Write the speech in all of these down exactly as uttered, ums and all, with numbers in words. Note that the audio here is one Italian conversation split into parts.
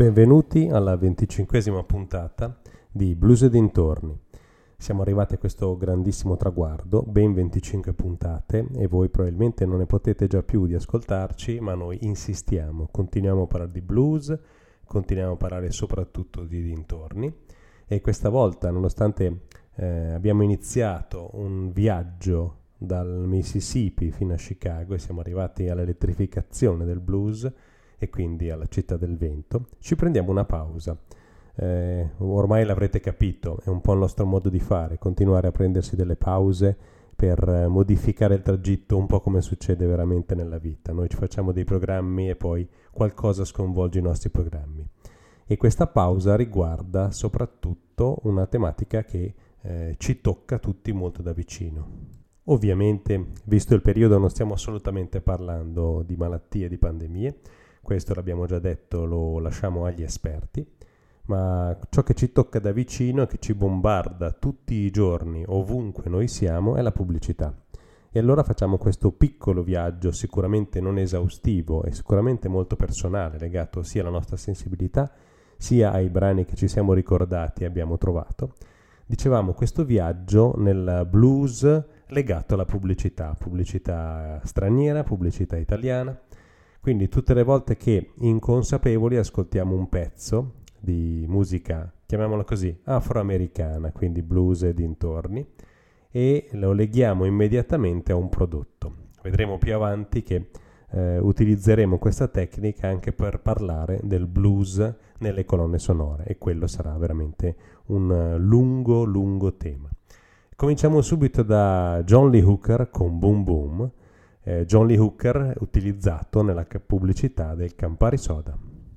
Benvenuti alla venticinquesima puntata di Blues e dintorni. Siamo arrivati a questo grandissimo traguardo, ben venticinque puntate, e voi probabilmente non ne potete già più di ascoltarci, ma noi insistiamo, continuiamo a parlare di blues, continuiamo a parlare soprattutto di dintorni, e questa volta, nonostante eh, abbiamo iniziato un viaggio dal Mississippi fino a Chicago e siamo arrivati all'elettrificazione del blues e quindi alla città del vento, ci prendiamo una pausa. Eh, ormai l'avrete capito, è un po' il nostro modo di fare, continuare a prendersi delle pause per eh, modificare il tragitto, un po' come succede veramente nella vita. Noi ci facciamo dei programmi e poi qualcosa sconvolge i nostri programmi. E questa pausa riguarda soprattutto una tematica che eh, ci tocca tutti molto da vicino. Ovviamente, visto il periodo, non stiamo assolutamente parlando di malattie, di pandemie. Questo l'abbiamo già detto, lo lasciamo agli esperti, ma ciò che ci tocca da vicino e che ci bombarda tutti i giorni, ovunque noi siamo, è la pubblicità. E allora facciamo questo piccolo viaggio, sicuramente non esaustivo e sicuramente molto personale, legato sia alla nostra sensibilità, sia ai brani che ci siamo ricordati e abbiamo trovato. Dicevamo, questo viaggio nel blues legato alla pubblicità, pubblicità straniera, pubblicità italiana. Quindi tutte le volte che inconsapevoli ascoltiamo un pezzo di musica, chiamiamola così, afroamericana, quindi blues e dintorni, e lo leghiamo immediatamente a un prodotto. Vedremo più avanti che eh, utilizzeremo questa tecnica anche per parlare del blues nelle colonne sonore, e quello sarà veramente un lungo, lungo tema. Cominciamo subito da John Lee Hooker con Boom Boom. Eh, John Lee Hooker utilizzato nella pubblicità del Campari Soda.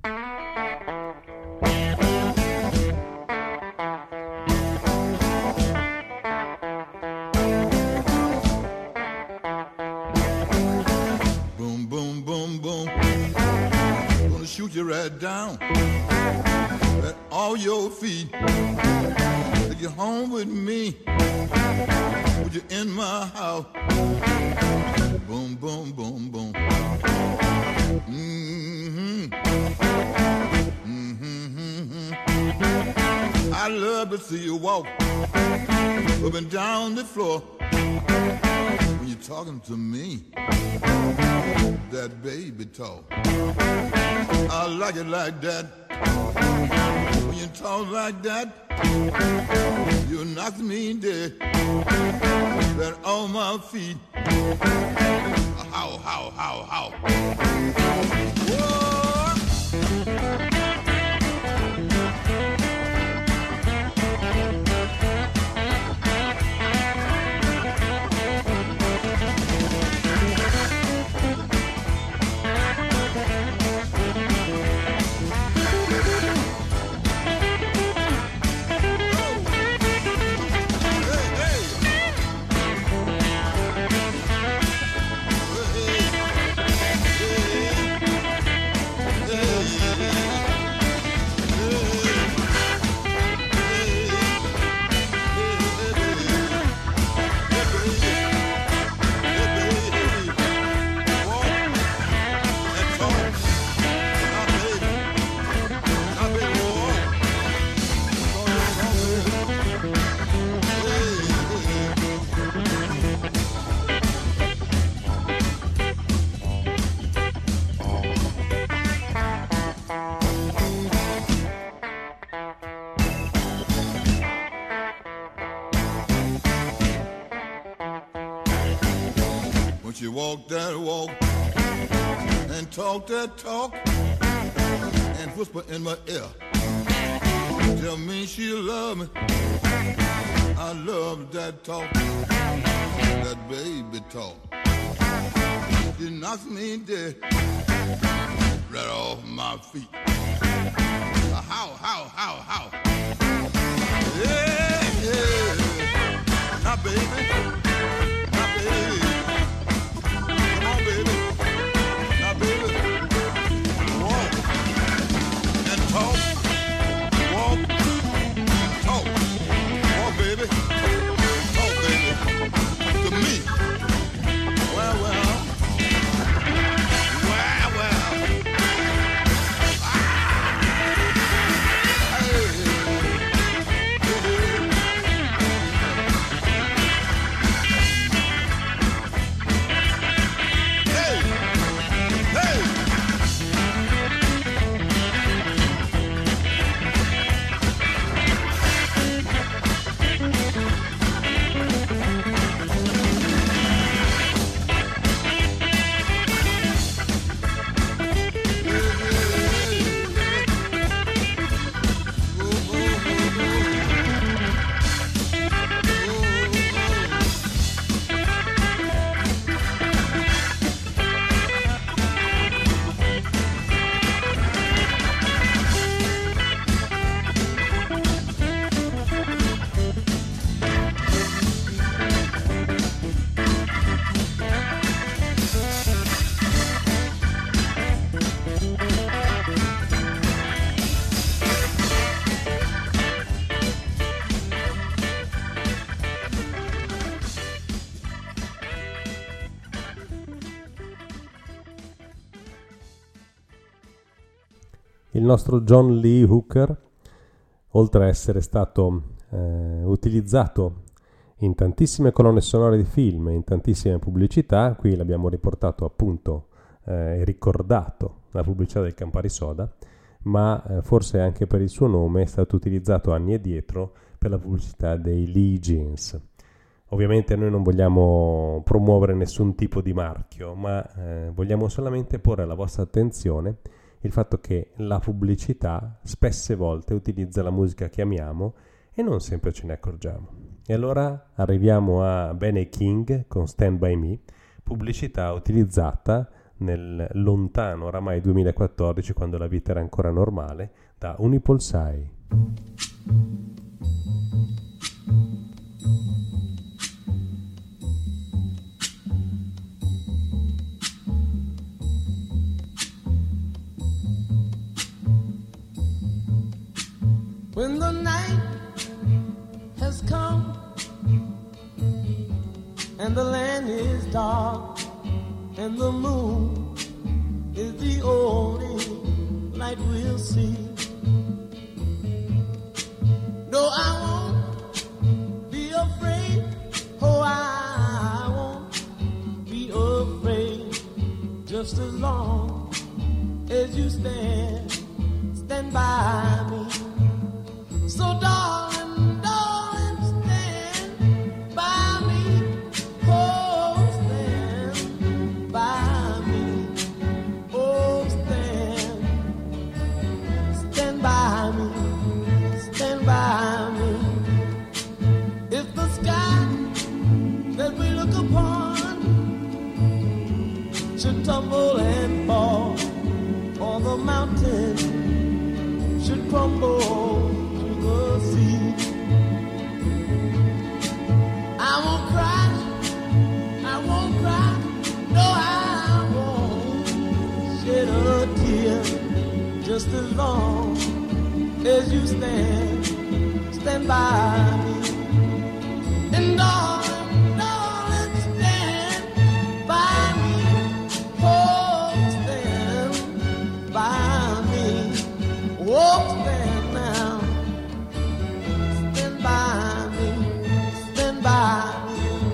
Boom, boom, boom, boom. Gonna shoot you right down at all your feet. Take you home with me. Put you in my house. Boom, boom, boom, boom. Mm-hmm. Mm-hmm, mm-hmm. I love to see you walk up and down the floor when you're talking to me. That baby talk. I like it like that. When you talk like that, you knock me dead. Right on my feet. How, how, how, how. Whoa. You walk that walk and talk that talk and whisper in my ear. Tell me she love me. I love that talk, that baby talk. She knocks me dead right off my feet. How, how, how, how? Yeah, yeah. Now, baby. Ah! Il nostro John Lee Hooker, oltre a essere stato eh, utilizzato in tantissime colonne sonore di film, in tantissime pubblicità, qui l'abbiamo riportato appunto e eh, ricordato la pubblicità del Campari Soda, ma eh, forse anche per il suo nome è stato utilizzato anni addietro per la pubblicità dei Lee Jeans. Ovviamente noi non vogliamo promuovere nessun tipo di marchio, ma eh, vogliamo solamente porre alla vostra attenzione il fatto che la pubblicità spesse volte utilizza la musica che amiamo e non sempre ce ne accorgiamo. E allora arriviamo a Benny King con Stand By Me, pubblicità utilizzata nel lontano oramai duemilaquattordici, quando la vita era ancora normale, da Unipolsai. When the night has come and the land is dark and the moon is the only light we'll see. No, I won't be afraid. Oh, I won't be afraid. Just as long as you stand, stand by me. So darling, darling, stand by me. Oh, stand by me. Oh, stand. Stand by me. Stand by me. If the sky that we look upon should tumble and fall, or the mountain should crumble, see, I won't cry, I won't cry, no, I won't shed a tear, just as long as you stand, stand by me. And darling, darling, stand by me. Oh, stand by me. Oh, stand now. Stand by me. Stand by me.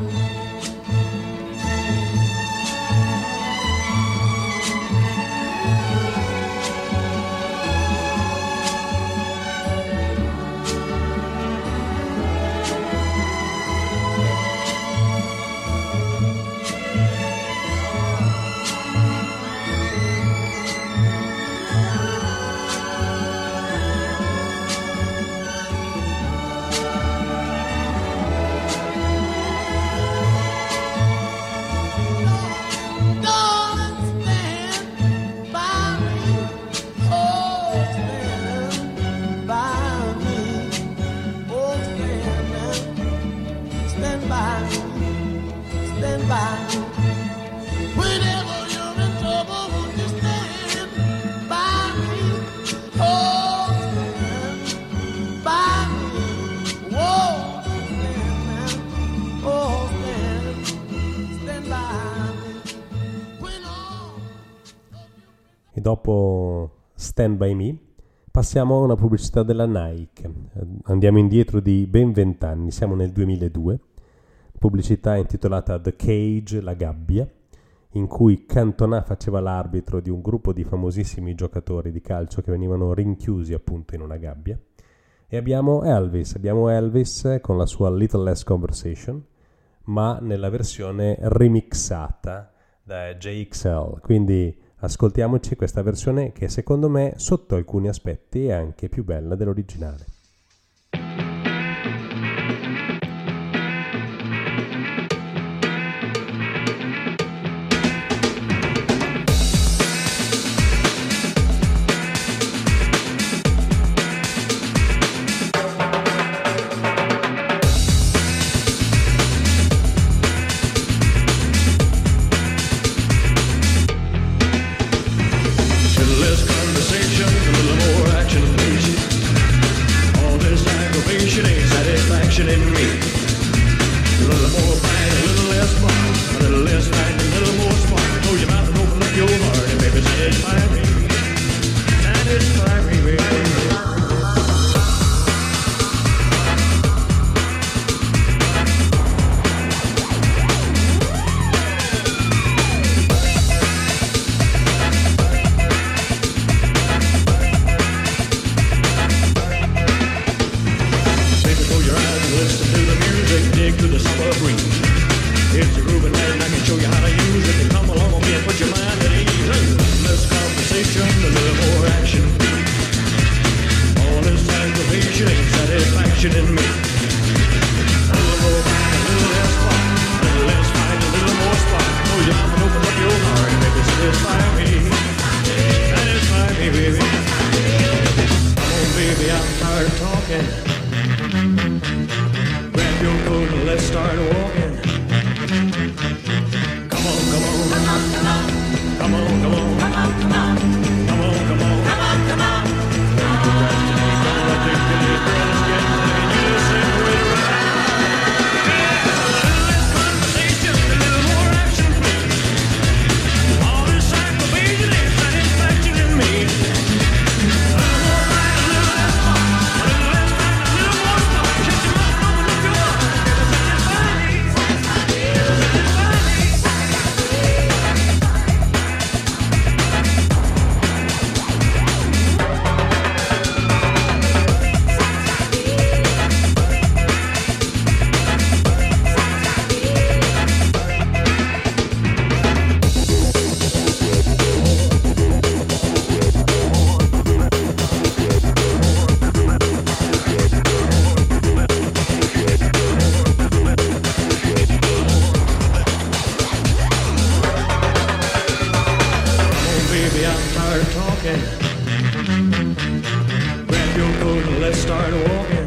Dopo Stand By Me passiamo a una pubblicità della Nike. Andiamo indietro di ben vent'anni, siamo nel duemiladue, pubblicità intitolata The Cage, la gabbia, in cui Cantona faceva l'arbitro di un gruppo di famosissimi giocatori di calcio che venivano rinchiusi appunto in una gabbia. E abbiamo Elvis, abbiamo Elvis con la sua Little Less Conversation, ma nella versione remixata da J X L, quindi ascoltiamoci questa versione che secondo me sotto alcuni aspetti è anche più bella dell'originale. In me. A little more fight, a little less fun, a little less fight, a little more smart. Close your mouth and open up your heart and baby satisfy me, satisfy me. for a breeze. It's a groovy night and I can show you how to use it. Come along with me and put your mind at ease. Less conversation, a little more action. All this aggravation ain't satisfaction in me. A little more fight, a little less fight. A little less fight, a little more spark. Oh, you come and open up your heart and baby, satisfy me. Satisfy me, baby. Come on, baby, I'm tired of talking. Grab your coat and let's start walking. Come on, come on. Come on, come on. Come on, come on. Come on, come on. Come on, come on. Come on, come on. Don't procrastinate, don't articulate, girl, let's get playing. You just say we're right. Yeah, a little less conversation, a little more action, please. All this aggravation ain't satisfaction in me. A little more fight, a little less fun. A little less fight, a little more fun. Shut your mouth, open up your heart. Satisfy me. Satisfy me. Baby, I'm tired of talking. Grab your coat and let's start walking.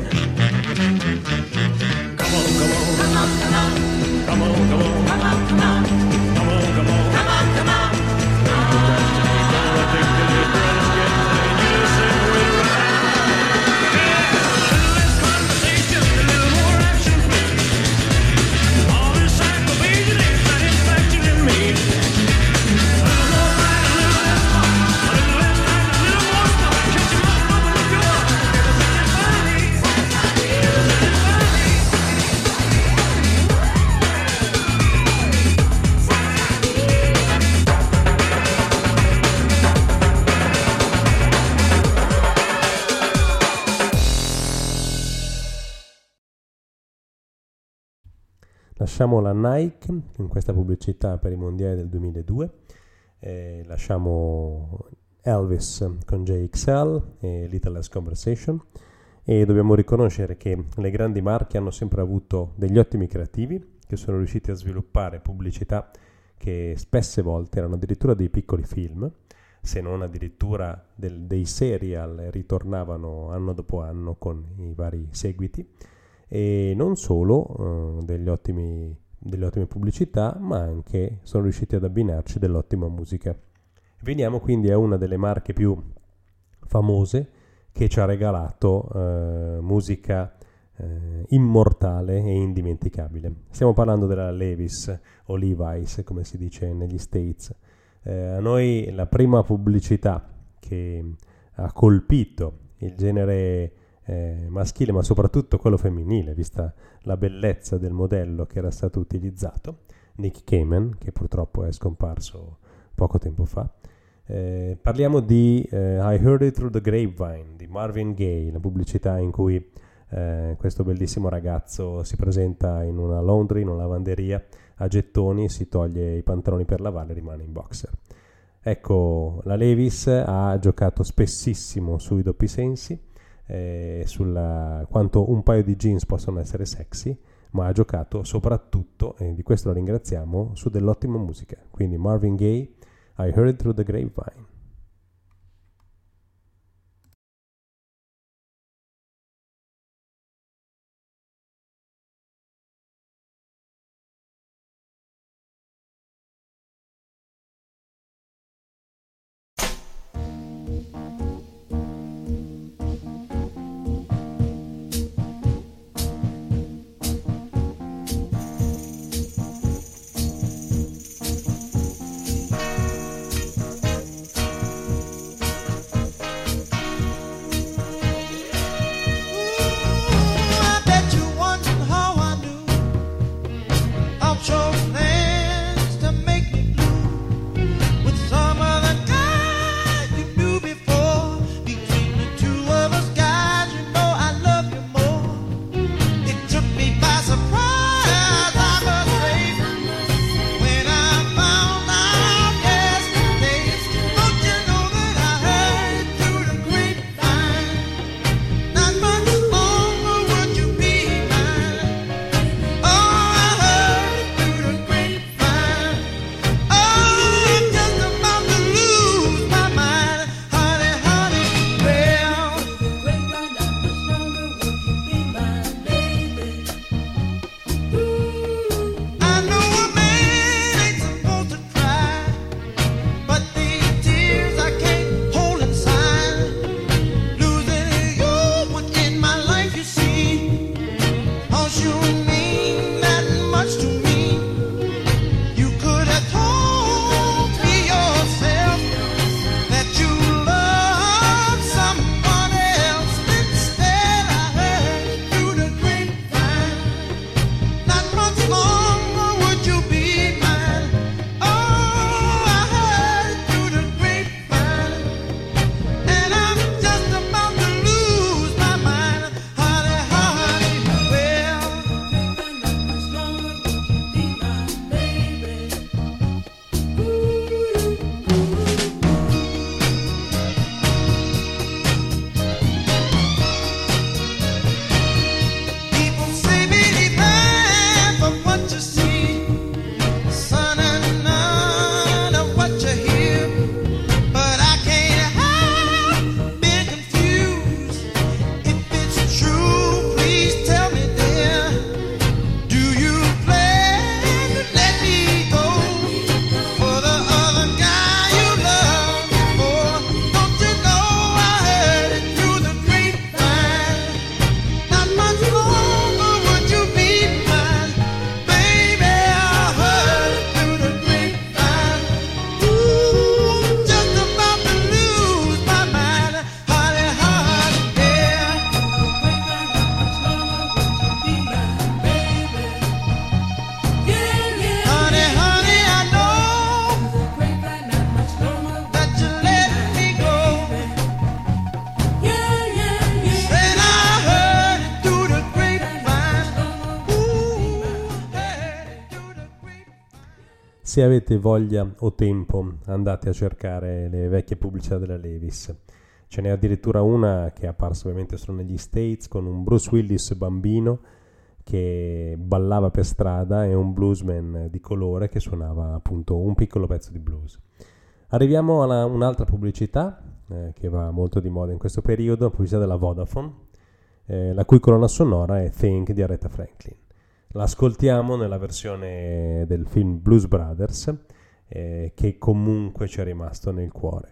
Come on, come on. Come on, come on. Come on, come on. Come on, come on. Come on, come on. Come on, come on. Don't procrastinate, don't articulate, girl, let's get playing. You just say we're right. Yeah, a little less conversation, a little more action, please. All this aggravation ain't satisfaction in me. A little more fight, a little less fun. A little less fight, a little more fun. Shut your mouth, open up your heart. Satisfy me. Satisfy me. Satisfy me. Lasciamo la Nike in questa pubblicità per i mondiali del duemiladue, eh, lasciamo Elvis con J X L e Little Less Conversation, e dobbiamo riconoscere che le grandi marche hanno sempre avuto degli ottimi creativi che sono riusciti a sviluppare pubblicità che spesse volte erano addirittura dei piccoli film, se non addirittura del, dei serial, ritornavano anno dopo anno con i vari seguiti. E non solo eh, degli ottimi, delle ottime pubblicità, ma anche sono riusciti ad abbinarci dell'ottima musica. Veniamo quindi a una delle marche più famose che ci ha regalato eh, musica eh, immortale e indimenticabile. Stiamo parlando della Levi's o Levi's, come si dice negli States. Eh, a noi la prima pubblicità che ha colpito il genere Eh, maschile, ma soprattutto quello femminile, vista la bellezza del modello che era stato utilizzato, Nick Kamen, che purtroppo è scomparso poco tempo fa. Eh, parliamo di eh, I Heard It Through the Grapevine di Marvin Gaye, la pubblicità in cui eh, questo bellissimo ragazzo si presenta in una laundry, in una lavanderia a gettoni, si toglie i pantaloni per lavare e rimane in boxer. Ecco, la Levi's ha giocato spessissimo sui doppi sensi, Eh, sulla quanto un paio di jeans possono essere sexy, ma ha giocato soprattutto, e di questo la ringraziamo, su dell'ottima musica. Quindi Marvin Gaye, I Heard It Through the Grapevine. Se avete voglia o tempo, andate a cercare le vecchie pubblicità della Levi's. Ce n'è addirittura una che è apparsa ovviamente solo negli States, con un Bruce Willis bambino che ballava per strada e un bluesman di colore che suonava appunto un piccolo pezzo di blues. Arriviamo a un'altra pubblicità eh, che va molto di moda in questo periodo, la pubblicità della Vodafone, eh, la cui colonna sonora è Think di Aretha Franklin. L'ascoltiamo nella versione del film Blues Brothers, eh, che comunque ci è rimasto nel cuore.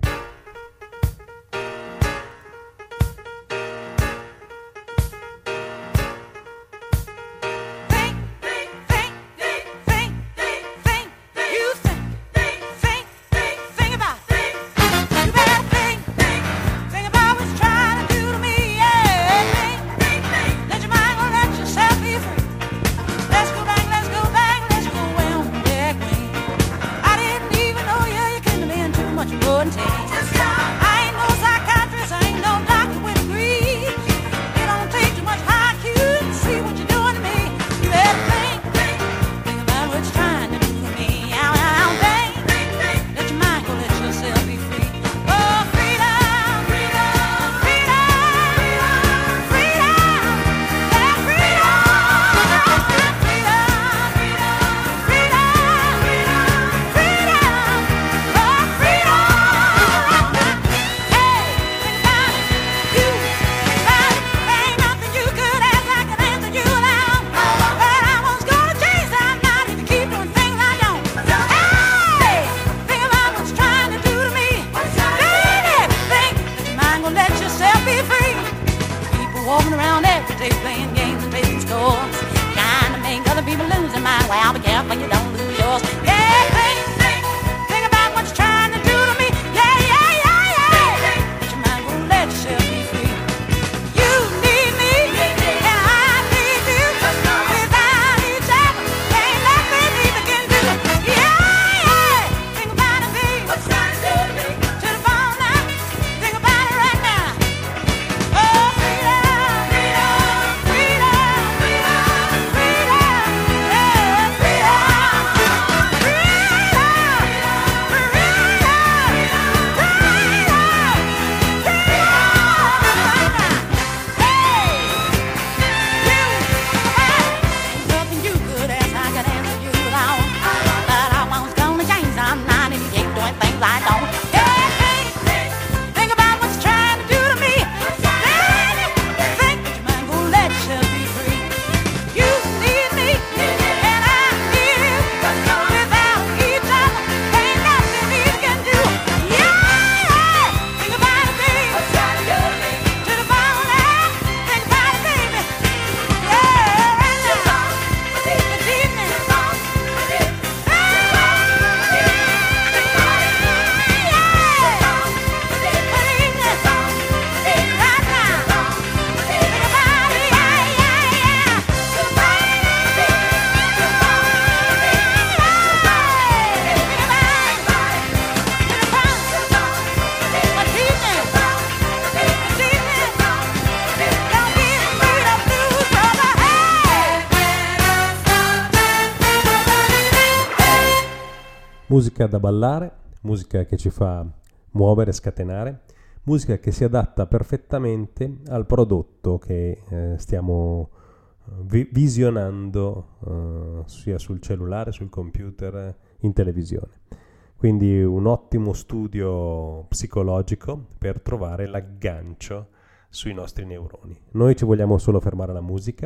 Musica da ballare, musica che ci fa muovere, scatenare, musica che si adatta perfettamente al prodotto che eh, stiamo vi- visionando eh, sia sul cellulare, sul computer, in televisione. Quindi un ottimo studio psicologico per trovare l'aggancio sui nostri neuroni. Noi ci vogliamo solo fermare alla musica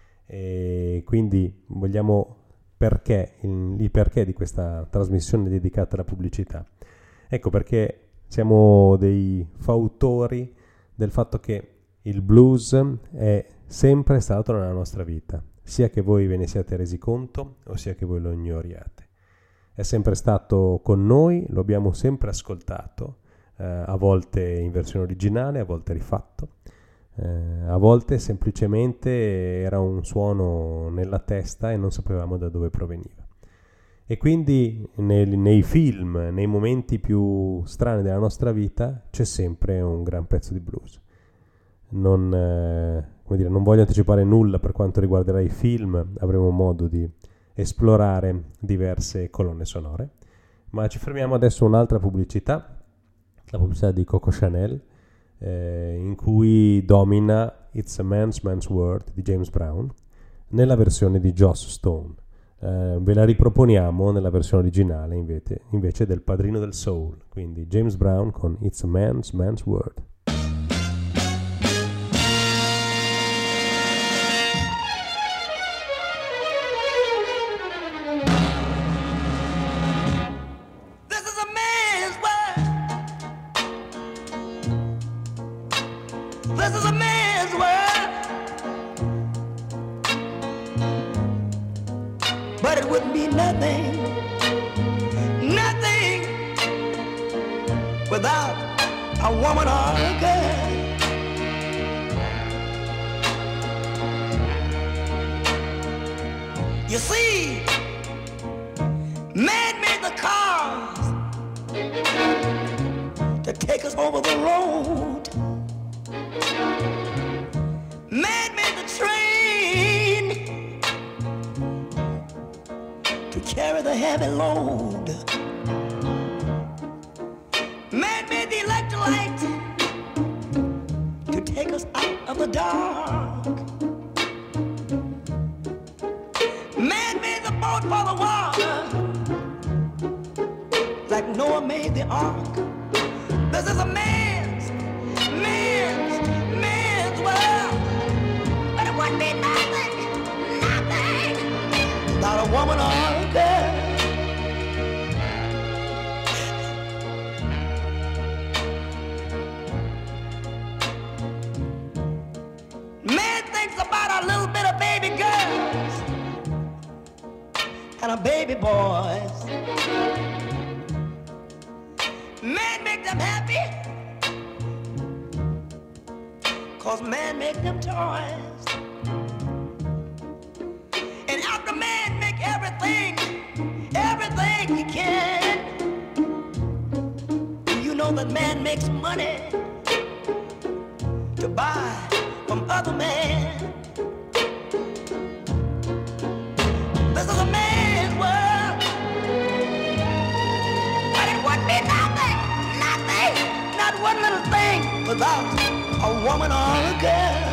e quindi vogliamo perché, il, il perché di questa trasmissione dedicata alla pubblicità. Ecco perché siamo dei fautori del fatto che il blues è sempre stato nella nostra vita, sia che voi ve ne siate resi conto o sia che voi lo ignoriate. È sempre stato con noi, lo abbiamo sempre ascoltato, eh, a volte in versione originale, a volte rifatto, eh, a volte semplicemente era un suono nella testa e non sapevamo da dove proveniva. E quindi nei, nei film, nei momenti più strani della nostra vita, c'è sempre un gran pezzo di blues. Non, eh, come dire, non voglio anticipare nulla per quanto riguarderà i film, avremo modo di esplorare diverse colonne sonore. Ma ci fermiamo adesso a un'altra pubblicità, la pubblicità di Coco Chanel, eh, in cui domina It's a Man's Man's World di James Brown nella versione di Joss Stone. Eh, ve la riproponiamo nella versione originale invece, invece del padrino del soul, quindi James Brown con It's a Man's Man's World. This is a man's world, but it wouldn't be nothing, nothing without a woman or a girl. You see, man made the cars to take us over the road. Man made the train to carry the heavy load. Man made the electric light to take us out of the dark. Man made the boat for the water, like Noah made the ark. This is a man's, man's, man's world. But it wouldn't be nothing, nothing without a woman or a girl. Man thinks about a little bit of baby girls and a baby boys. Man make them happy, cause man make them toys. And after man make everything, everything he can, you know that man makes money to buy from other men. This is a man's world, but it wouldn't be nothing, nothing, not one little thing without a woman or a girl.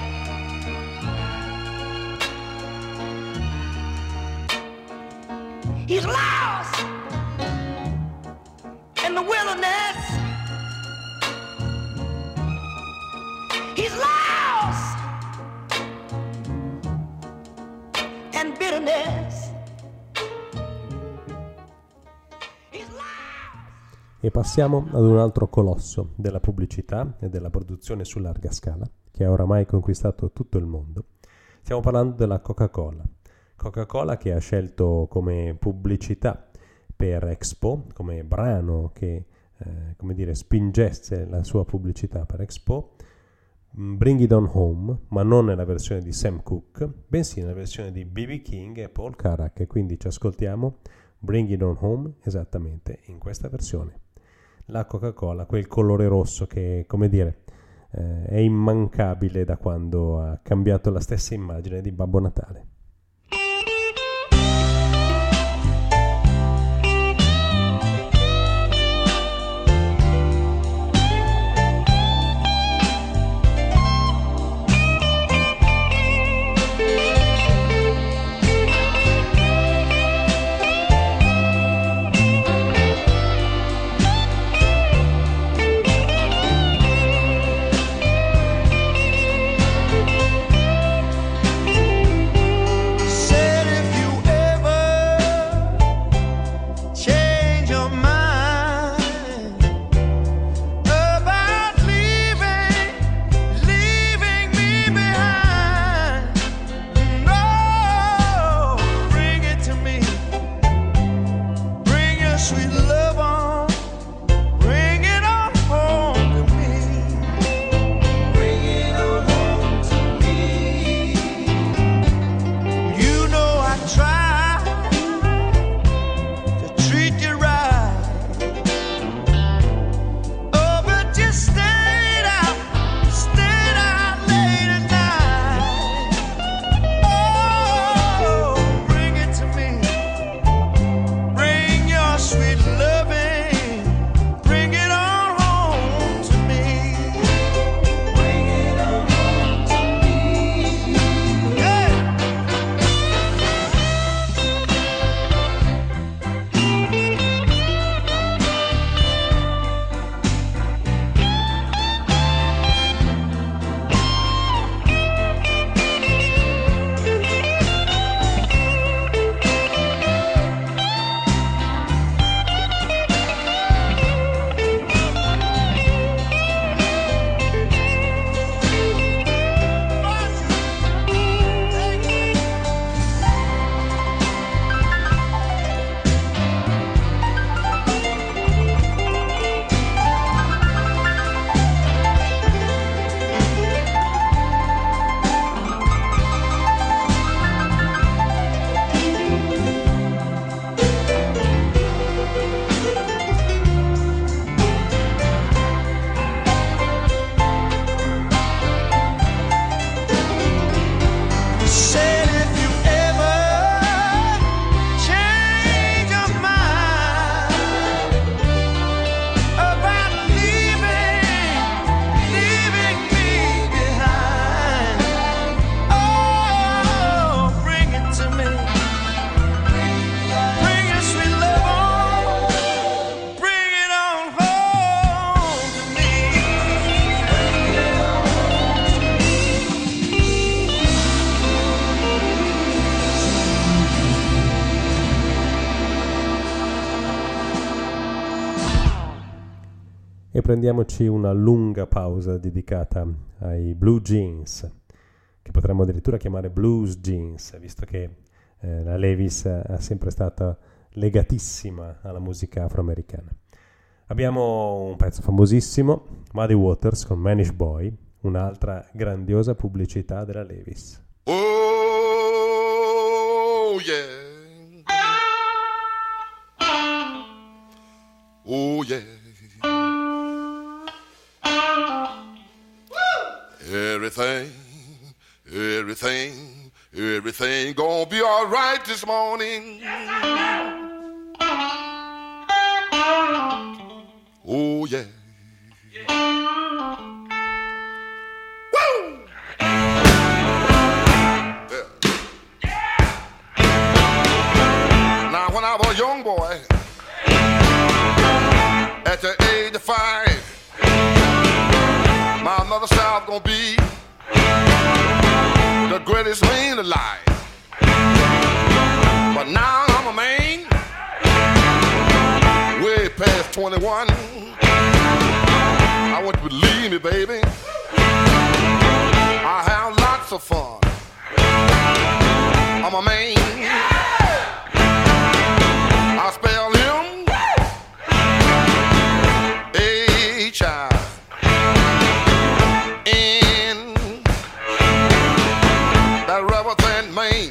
He's lost in the wilderness. He's lost in bitterness. He's lost. E passiamo ad un altro colosso della pubblicità e della produzione su larga scala, che ha oramai conquistato tutto il mondo. Stiamo parlando della Coca-Cola. Coca-Cola che ha scelto come pubblicità per Expo, come brano che eh, come dire, spingesse la sua pubblicità per Expo, Bring It On Home, ma non nella versione di Sam Cooke, bensì nella versione di B B King e Paul Carrack, e quindi ci ascoltiamo Bring It On Home esattamente in questa versione. La Coca-Cola, quel colore rosso che, come dire, eh, è immancabile da quando ha cambiato la stessa immagine di Babbo Natale. Thank e prendiamoci una lunga pausa dedicata ai Blue Jeans, che potremmo addirittura chiamare Blues Jeans, visto che eh, la Levis è sempre stata legatissima alla musica afroamericana. Abbiamo un pezzo famosissimo, Muddy Waters con Manish Boy, un'altra grandiosa pubblicità della Levis. Oh, yeah. Oh, yeah. Everything, everything, everything gonna be all right this morning. Oh, yeah. Woo! Yeah. Now, when I was a young boy, at the age of five, my mother said I was gonna be the greatest man alive. But now I'm a man, way past twenty-one. I want you to believe me, baby, I have lots of fun. I'm a man, I spell him H I N, that rubber band man.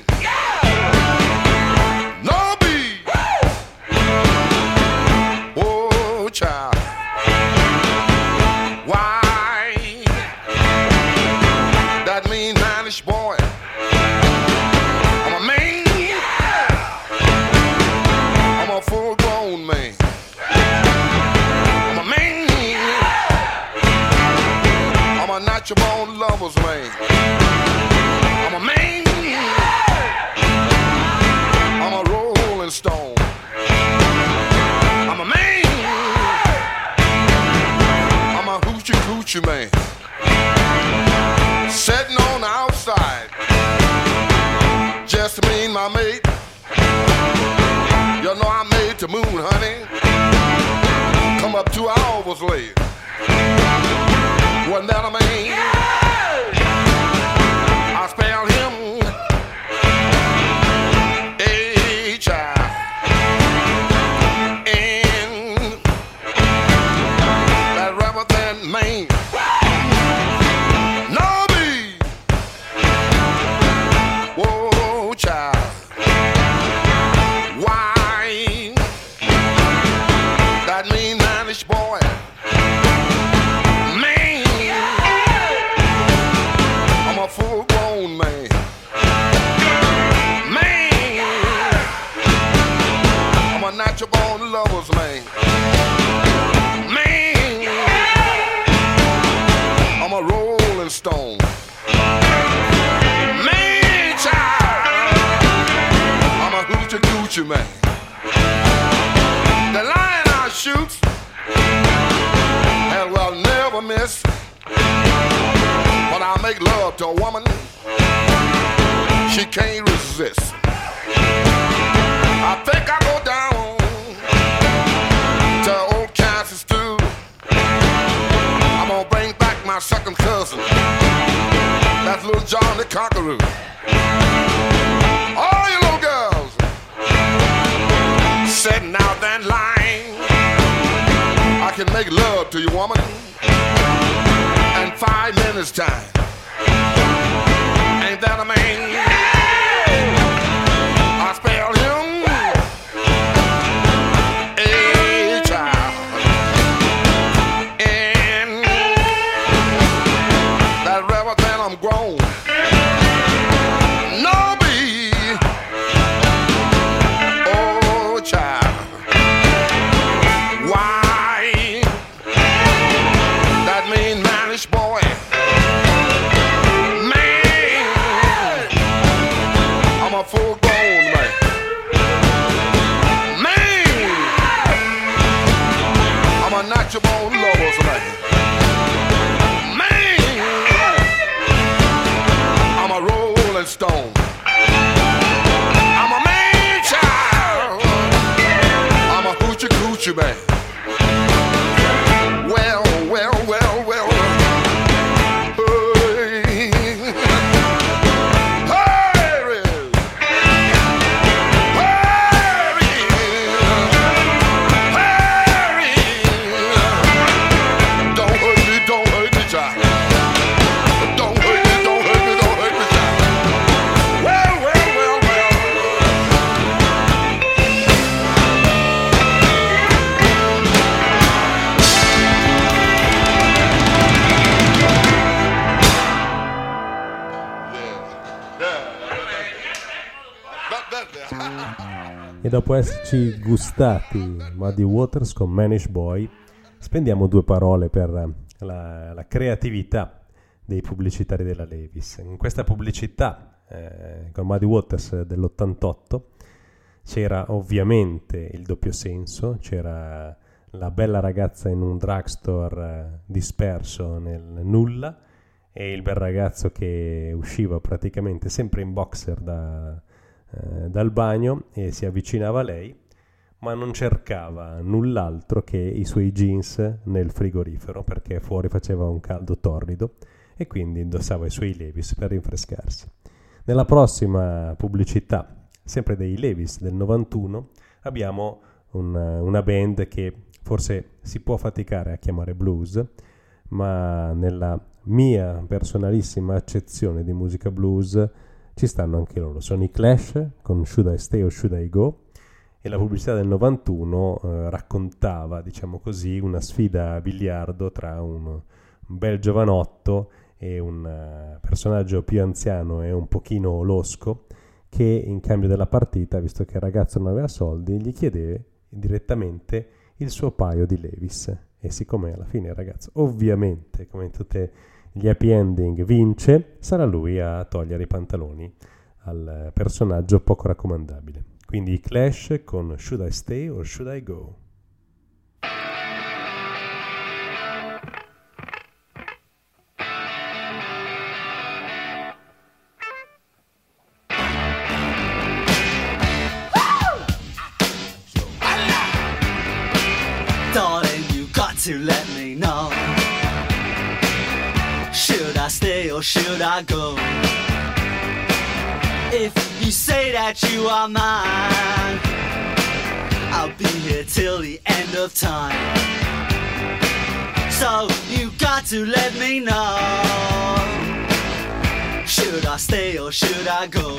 No B, oh child. Why? That mean manish boy. I'm a man, I'm a full grown man. I'm a man, I'm a natural born lover's man. I'm a man, I'm a rolling stone. I'm a man, I'm a hoochie coochie man. Sitting on the outside, just me and my mate. You know I made the moon, honey. Come up two hours late. Wasn't that a man? I spelled him H I N, that rubber band man. No B, whoa child. Why? That mean manish boy. Man, I'm a full grown man. Man, I'm a natural born lover's man. Man, I'm a rolling stone. Man, child, I'm a hoochie coochie man. The lion I shoot and will never miss. When I make love to a woman, she can't resist. I think I go down to old Kansas stew. I'm gonna bring back my second cousin, that's little John the Conqueror. All you little girls sitting out that line, I can make love to you, woman, in five minutes time. Ain't that a man? I spelled him H I N, that rubber band I'm grown. No B, oh child. Why? That mean manish boy. Man, I'm a full grown man. Man, I'm a natural born lover's man. Man, I'm a rolling stone. I'm a man child. I'm a hoochie coochie man. Well, E dopo esserci gustati Muddy Waters con Manish Boy, spendiamo due parole per la, la creatività dei pubblicitari della Levi's. In questa pubblicità eh, con Muddy Waters dell'ottantotto c'era ovviamente il doppio senso, c'era la bella ragazza in un drugstore eh, disperso nel nulla e il bel ragazzo che usciva praticamente sempre in boxer da, eh, dal bagno e si avvicinava a lei, ma non cercava null'altro che i suoi jeans nel frigorifero, perché fuori faceva un caldo torrido e quindi indossava i suoi Levi's per rinfrescarsi. Nella prossima pubblicità, sempre dei Levi's del novantuno, abbiamo una, una band che forse si può faticare a chiamare blues, ma nella mia personalissima accezione di musica blues ci stanno anche loro. Sono i Clash con Should I Stay or Should I Go, e la pubblicità del novantuno eh, raccontava, diciamo così, una sfida a biliardo tra un, un bel giovanotto e un uh, personaggio più anziano e un pochino losco, che in cambio della partita, visto che il ragazzo non aveva soldi, gli chiedeva direttamente il suo paio di Levi's. E siccome alla fine il ragazzo, ovviamente, come in tutti gli happy ending, vince, sarà lui a togliere i pantaloni al personaggio poco raccomandabile. Quindi i Clash con Should I Stay or Should I Go? To let me know, should I stay or should I go? If you say that you are mine, I'll be here till the end of time. So you got to let me know, should I stay or should I go?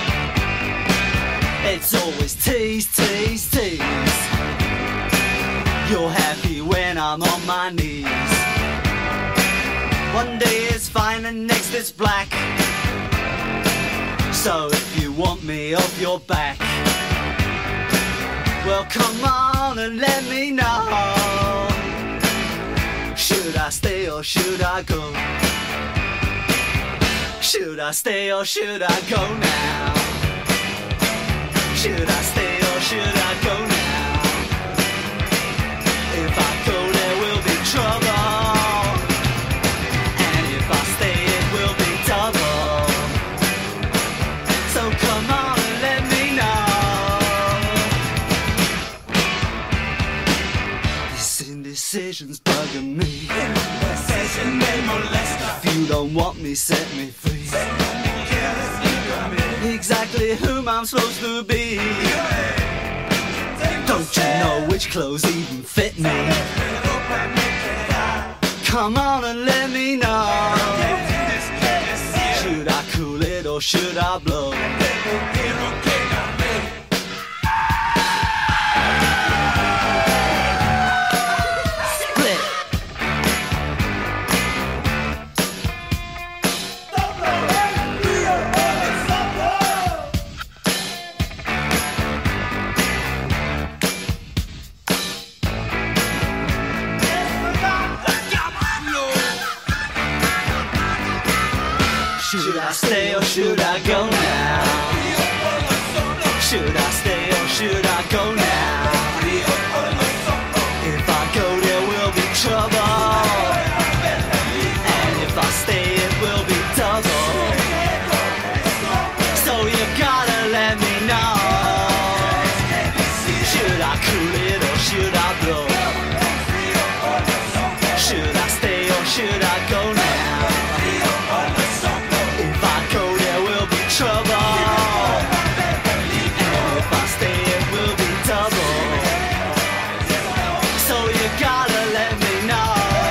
It's always tease, tease, tease. You're happy when I'm on my knees. One day it's fine and next it's black. So if you want me off your back, well come on and let me know, should I stay or should I go? Should I stay or should I go now? Should I stay or should I go now? If I go, there will be trouble, and if I stay, it will be double. So come on and let me know. This indecision's bugging me. Indecision, they molest us. If you don't want me, set me free. Exactly whom I'm supposed to be. Don't you know which clothes even fit me? Come on and let me know, should I cool it or should I blow? Split. Should I stay or should I go now? Should I stay or should I go now? If I go there will be trouble, and if I stay it will be double. So you gotta let me know, should I cool it or should I blow? Should I stay or should I go now? Trouble, and if I stay it will be double. So you gotta let me know,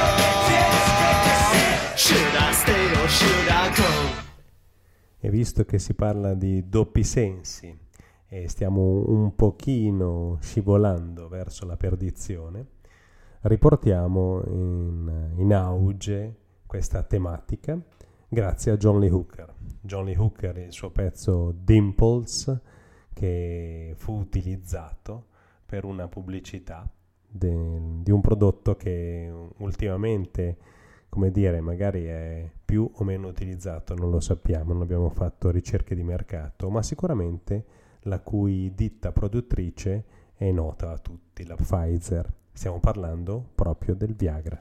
should I stay or should I go? E visto che si parla di doppi sensi e stiamo un pochino scivolando verso la perdizione, riportiamo in, in auge questa tematica grazie a John Lee Hooker. John Lee Hooker e il suo pezzo Dimples, che fu utilizzato per una pubblicità de, di un prodotto che ultimamente, come dire, magari è più o meno utilizzato, non lo sappiamo, non abbiamo fatto ricerche di mercato, ma sicuramente la cui ditta produttrice è nota a tutti, la Pfizer. Stiamo parlando proprio del Viagra.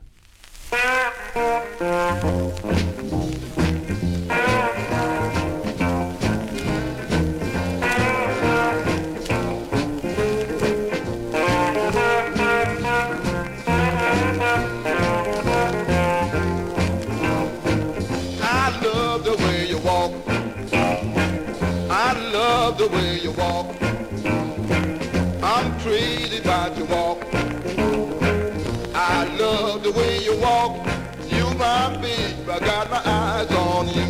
The way you walk, I'm crazy about your walk. I love the way you walk. You my babe, I got my eyes on you.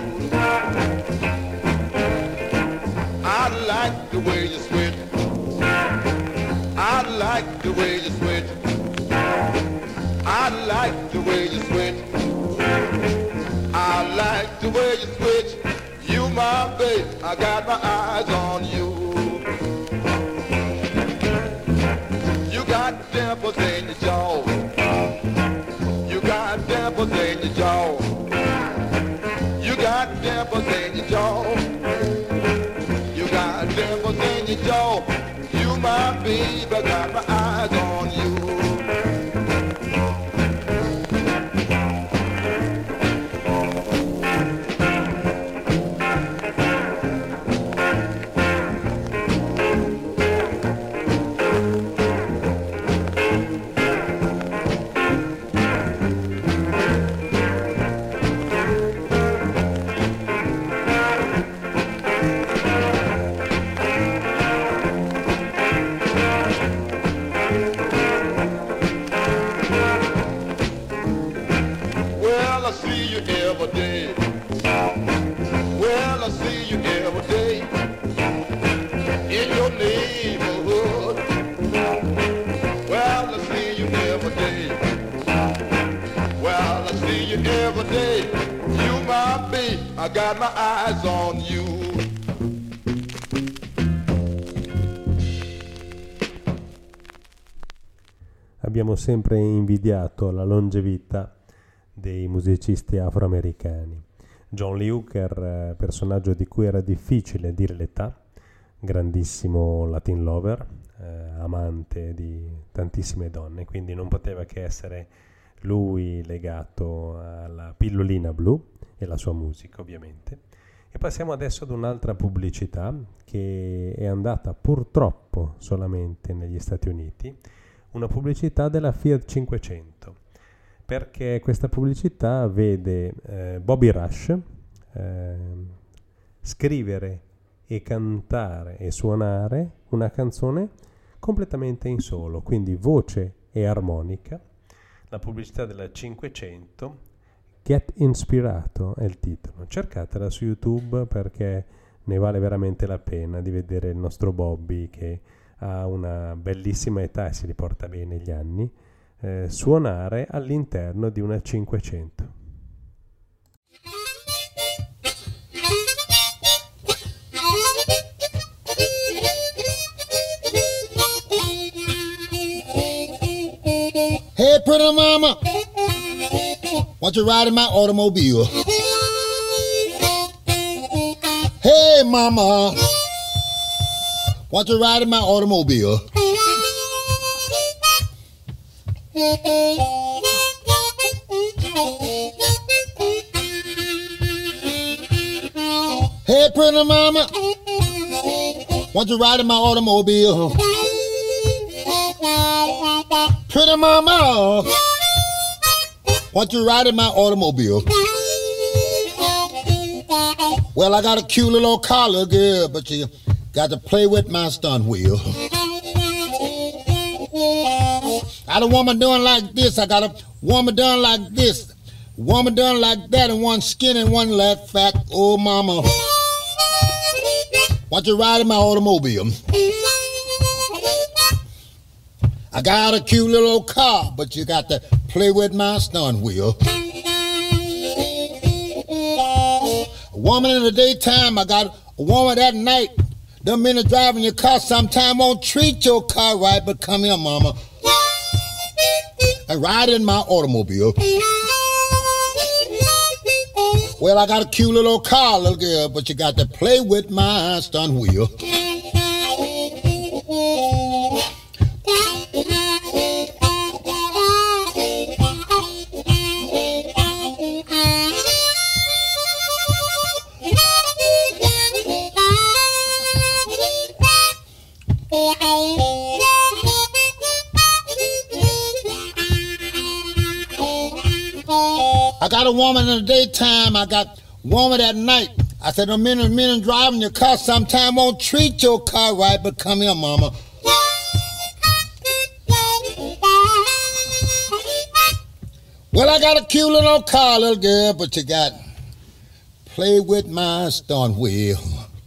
I like the way you sweat. I like the way you sweat. I like the way you sweat. I like the way you sweat. You my babe, I got my eyes on you. You got dimples in your jaw. You got dimples in your jaw. You got dimples in your jaw. You got dimples in your jaw. You my babe, I got my eyes on you. I got my eyes on you. Abbiamo sempre invidiato la longevità dei musicisti afroamericani. John Lee Hooker, personaggio di cui era difficile dire l'età, grandissimo Latin lover, eh, amante di tantissime donne, quindi non poteva che essere lui legato alla pillolina blu e la sua musica, ovviamente. E passiamo adesso ad un'altra pubblicità che è andata purtroppo solamente negli Stati Uniti, una pubblicità della Fiat cinquecento, perché questa pubblicità vede eh, Bobby Rush eh, scrivere e cantare e suonare una canzone completamente in solo, quindi voce e armonica. La pubblicità della cinquecento, Get Inspirato è il titolo. Cercatela su YouTube perché ne vale veramente la pena di vedere il nostro Bobby, che ha una bellissima età e si riporta bene gli anni, eh, suonare all'interno di una cinquecento. Hey, pretty mama, want you ride in my automobile? Hey, mama, want you ride in my automobile? Hey, pretty mama, want you ride in my automobile? Pretty mama, want you ride in my automobile? Well, I got a cute little collar, girl, but you got to play with my stun wheel. I don't want me doing like this. I got a woman done like this, woman done like that, and one skinny and one leg fat. Oh, mama, want you ride in my automobile? I got a cute little car, but you got to play with my stun wheel. A woman in the daytime, I got a woman at night The men that driving your car sometime won't treat your car right, but come here, mama. I ride in my automobile. Well, I got a cute little car, little girl, but you got to play with my steering wheel. I got a woman in the daytime, I got woman at night. I said, the men and men driving your car sometime won't treat your car right, but come here, mama. Well, I got a cute little car, little girl, but you got play with my steering wheel.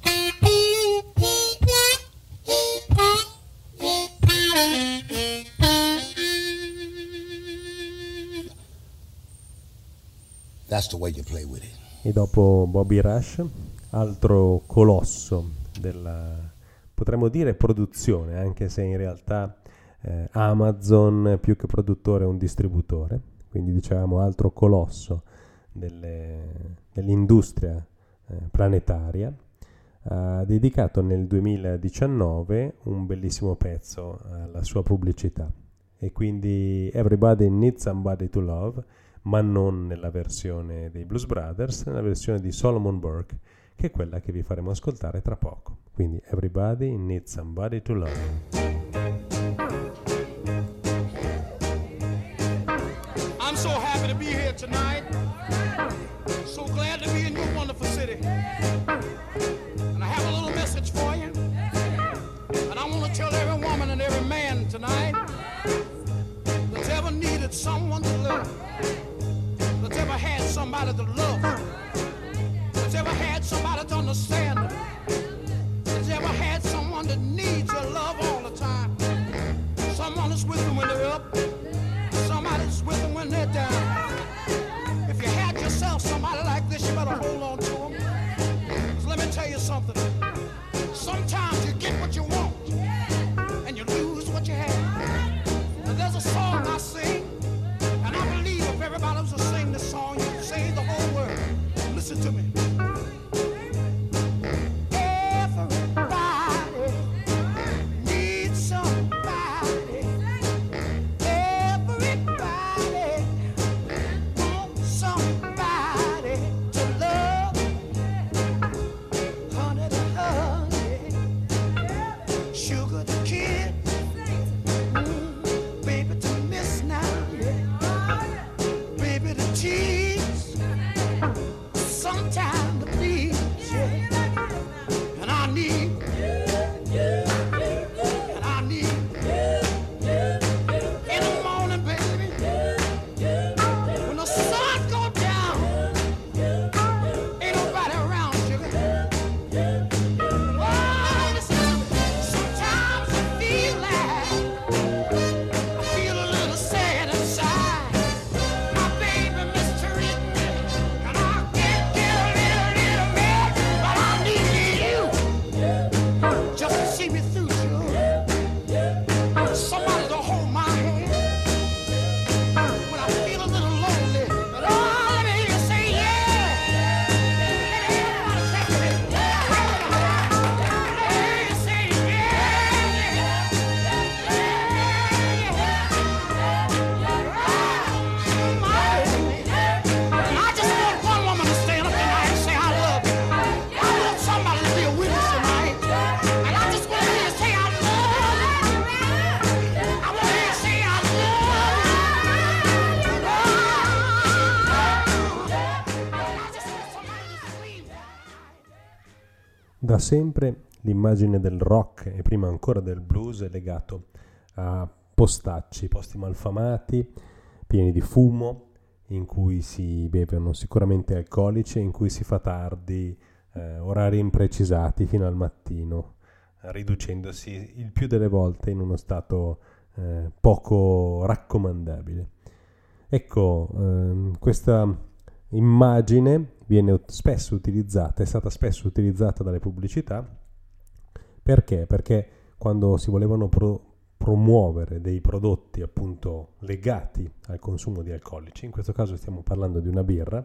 That's the way you play with it. E dopo Bobby Rush, altro colosso della, potremmo dire, produzione, anche se in realtà eh, Amazon più che produttore è un distributore, quindi diciamo altro colosso delle, dell'industria eh, planetaria, ha dedicato nel duemiladiciannove un bellissimo pezzo alla sua pubblicità, e quindi Everybody Needs Somebody to Love, ma non nella versione dei Blues Brothers, nella versione di Solomon Burke, che è quella che vi faremo ascoltare tra poco. Quindi Everybody Needs Somebody to Love. I'm so happy to be here tonight. So glad to be in your wonderful city. And I have a little message for you. And I want to tell every woman and every man tonight that's ever needed someone to love, that's ever had somebody to love, that's ever had somebody to understand, that's ever had someone that needs your love all the time. Someone that's with them when they're up, somebody's with them when they're down. If you had yourself somebody like this, you better hold on to them. 'Cause let me tell you something. Sometimes you get what you want, and you lose what you have. And there's a song I sing, and I believe if everybody was to sing this song, you'd save the whole world. Listen to me. Everybody needs somebody. Everybody wants somebody to love. Honey to honey, sugar to kiss, mm, baby to miss now, yeah. Baby to tease, sometime to please, yeah. And I need, and I need, in the morning, baby, when the sun goes down, ain't nobody around, sugar. Oh, listen, sometimes I feel like, I feel a little sad inside. My baby mistreat me, and I can't get a little, little mad, but I need you just to see me through, sugar. Somebody to hold my hand when I feel a little lonely. But oh, let me hear you say yeah. Let me hear everybody say it. Let me hear you say yeah. I just want one woman to stand up tonight and say I love you. I want somebody to be a witness tonight. And I just want to hear you say I love you. I want to hear you say I love you. I just want somebody to scream. Da sempre l'immagine del rock e prima ancora del blues è legato a postacci, posti malfamati, pieni di fumo, in cui si bevono sicuramente alcolici e in cui si fa tardi, eh, orari imprecisati fino al mattino, riducendosi il più delle volte in uno stato eh, poco raccomandabile. Ecco, ehm, questa immagine viene ut- spesso utilizzata, è stata spesso utilizzata dalle pubblicità Perché? Perché quando si volevano pro- promuovere dei prodotti appunto legati al consumo di alcolici, in questo caso stiamo parlando di una birra,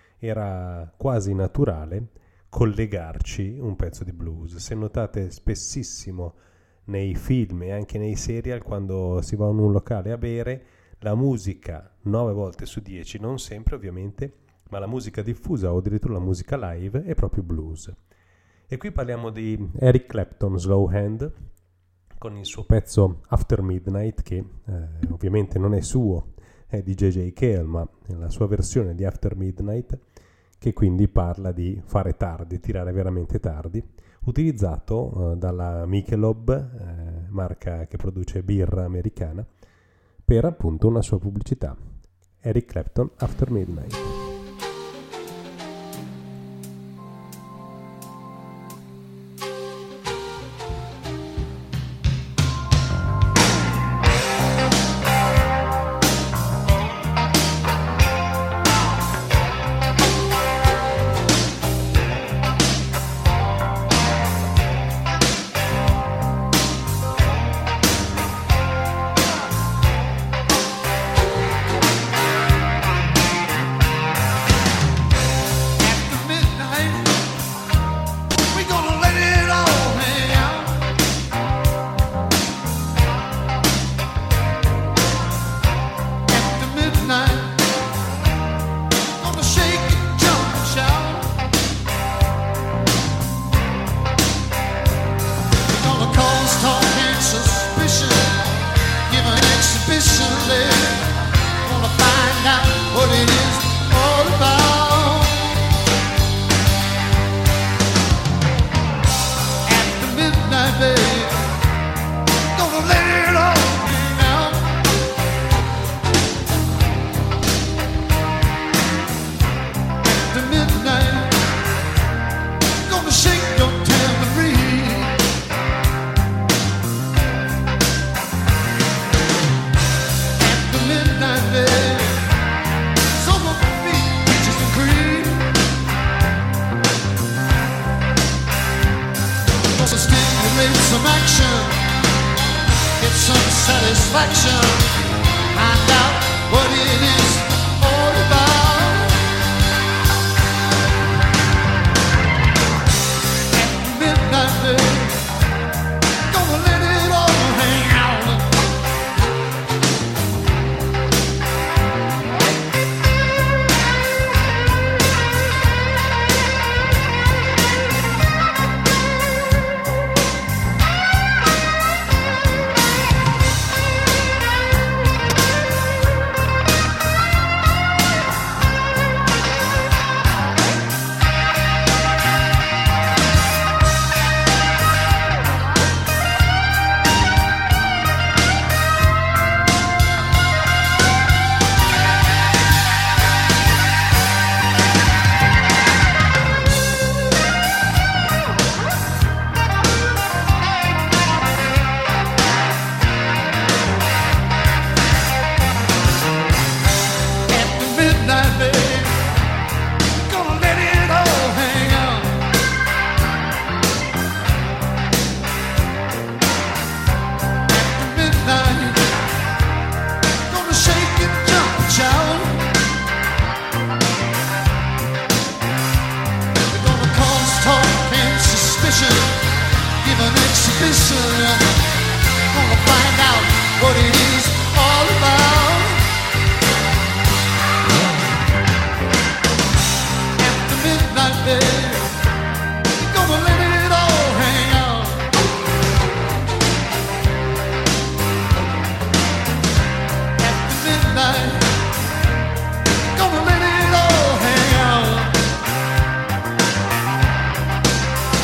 era quasi naturale collegarci un pezzo di blues. Se notate spessissimo nei film e anche nei serial, quando si va in un locale a bere, la musica nove volte su dieci, non sempre ovviamente, ma la musica diffusa o addirittura la musica live è proprio blues. E qui parliamo di Eric Clapton, Slow Hand, con il suo pezzo After Midnight, che eh, ovviamente non è suo, è di J J Cale, ma è la sua versione di After Midnight, che quindi parla di fare tardi, tirare veramente tardi, utilizzato eh, dalla Michelob, eh, marca che produce birra americana, per appunto una sua pubblicità. Eric Clapton, After Midnight.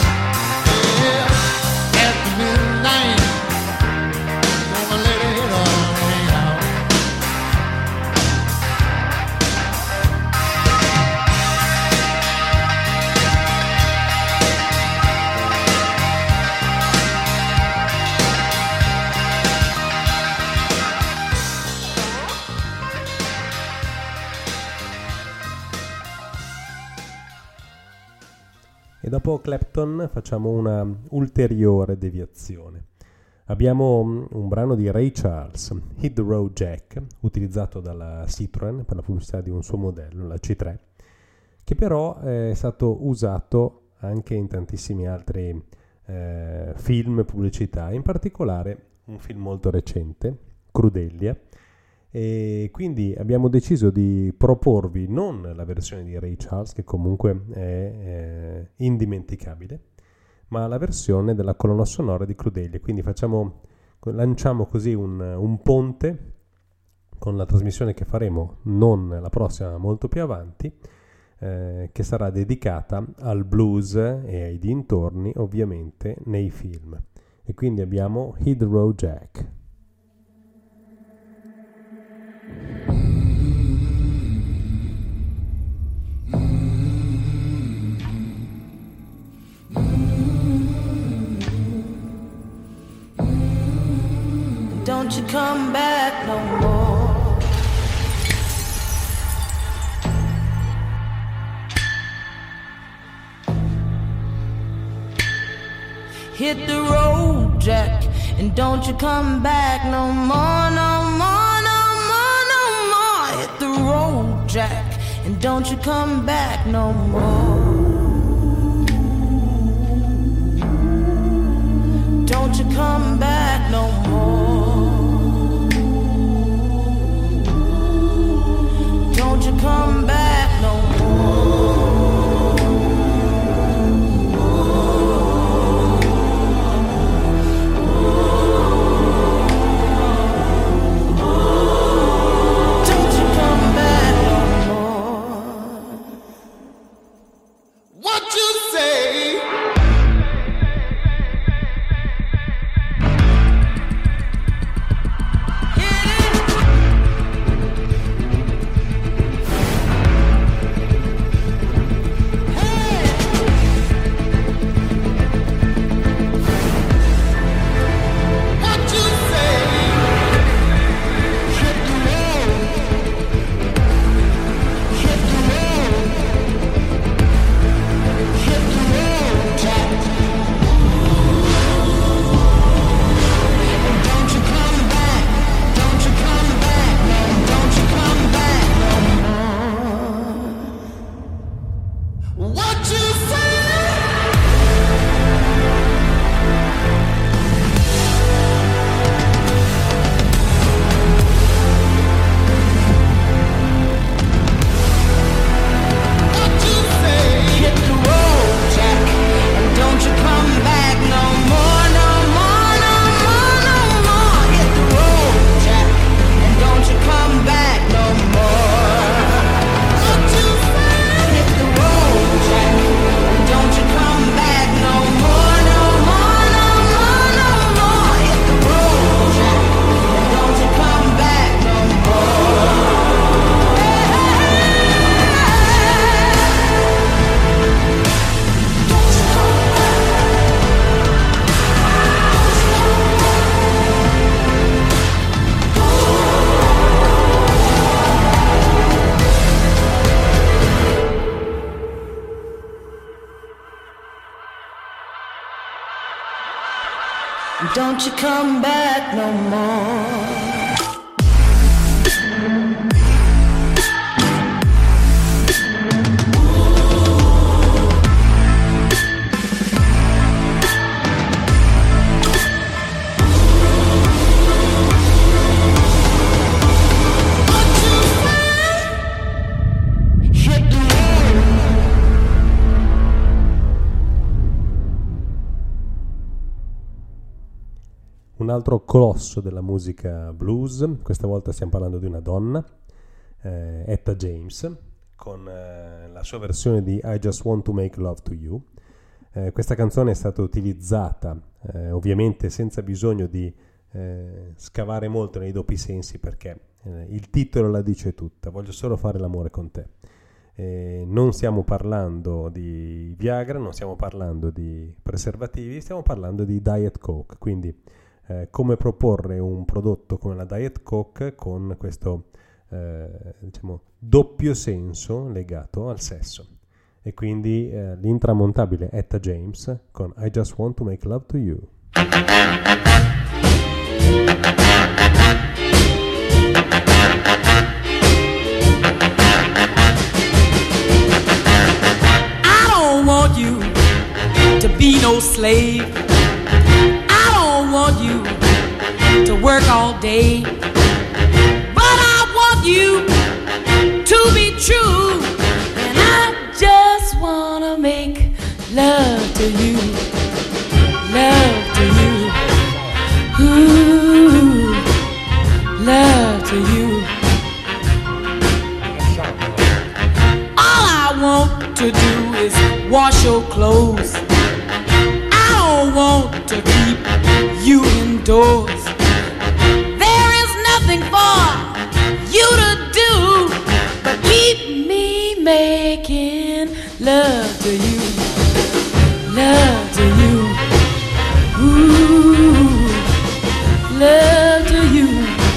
Gonna let it all dopo Clapton facciamo una ulteriore deviazione. Abbiamo un brano di Ray Charles, Hit the Road Jack, utilizzato dalla Citroën per la pubblicità di un suo modello, la C tre, che però è stato usato anche in tantissimi altri eh, film e pubblicità, in particolare un film molto recente, Crudelia, e quindi abbiamo deciso di proporvi non la versione di Ray Charles, che comunque è eh, indimenticabile, ma la versione della colonna sonora di Crudelia. Quindi facciamo, lanciamo così un, un ponte con la trasmissione che faremo, non la prossima ma molto più avanti, eh, che sarà dedicata al blues e ai dintorni, ovviamente nei film. E quindi abbiamo Hit the Road Jack. Don't you come back no more. Hit the road, Jack, and don't you come back no more, no more, no more, no more. Hit the road, Jack, and don't you come back no more. Don't you come back no more. Don't you come back no more. Don't you come back no more. What you say? Don't you come back no more. Un altro colosso della musica blues, questa volta stiamo parlando di una donna, eh, Etta James, con eh, la sua versione di I Just Want to Make Love to You. Eh, questa canzone è stata utilizzata eh, ovviamente senza bisogno di eh, scavare molto nei doppi sensi, perché eh, il titolo la dice tutta: voglio solo fare l'amore con te. Eh, non stiamo parlando di Viagra, non stiamo parlando di preservativi, stiamo parlando di Diet Coke, quindi Eh, come proporre un prodotto come la Diet Coke con questo eh, diciamo doppio senso legato al sesso. e quindi eh, l'intramontabile Etta James con I Just Want to Make Love to You. I don't want you to be no slave. I don't want you to work all day. But I want you to be true. And I just wanna make love to you. Love to you. Ooh, love to you. All I want to do is wash your clothes. I don't want to keep you indoors. There is nothing for you to do but keep me making love to you. Love to you. Ooh, love to you.